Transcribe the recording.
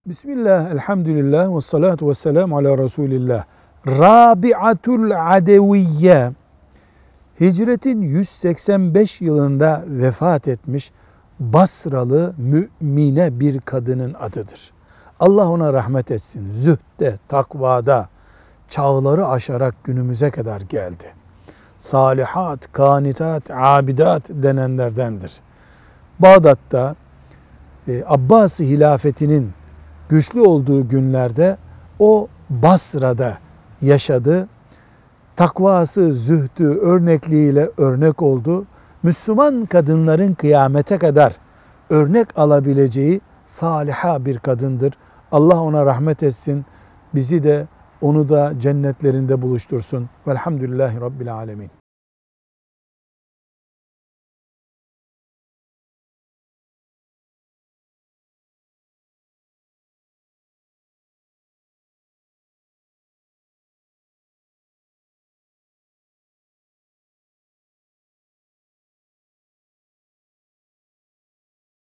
Bismillah, elhamdülillah, ve salatu ve selamu ala Resulillah. Rabi'atul Adeviyye, hicretin 185 yılında vefat etmiş Basralı mümine bir kadının adıdır. Allah ona rahmet etsin. Zühde, takvada çağları aşarak günümüze kadar geldi. Salihat, kanitat, abidat denenlerdendir. Bağdat'ta Abbasi hilafetinin güçlü olduğu günlerde o Basra'da yaşadı. Takvası, zühdü, örnekliğiyle örnek oldu. Müslüman kadınların kıyamete kadar örnek alabileceği saliha bir kadındır. Allah ona rahmet etsin. Bizi de onu da cennetlerinde buluştursun. Velhamdülillahi Rabbil alemin.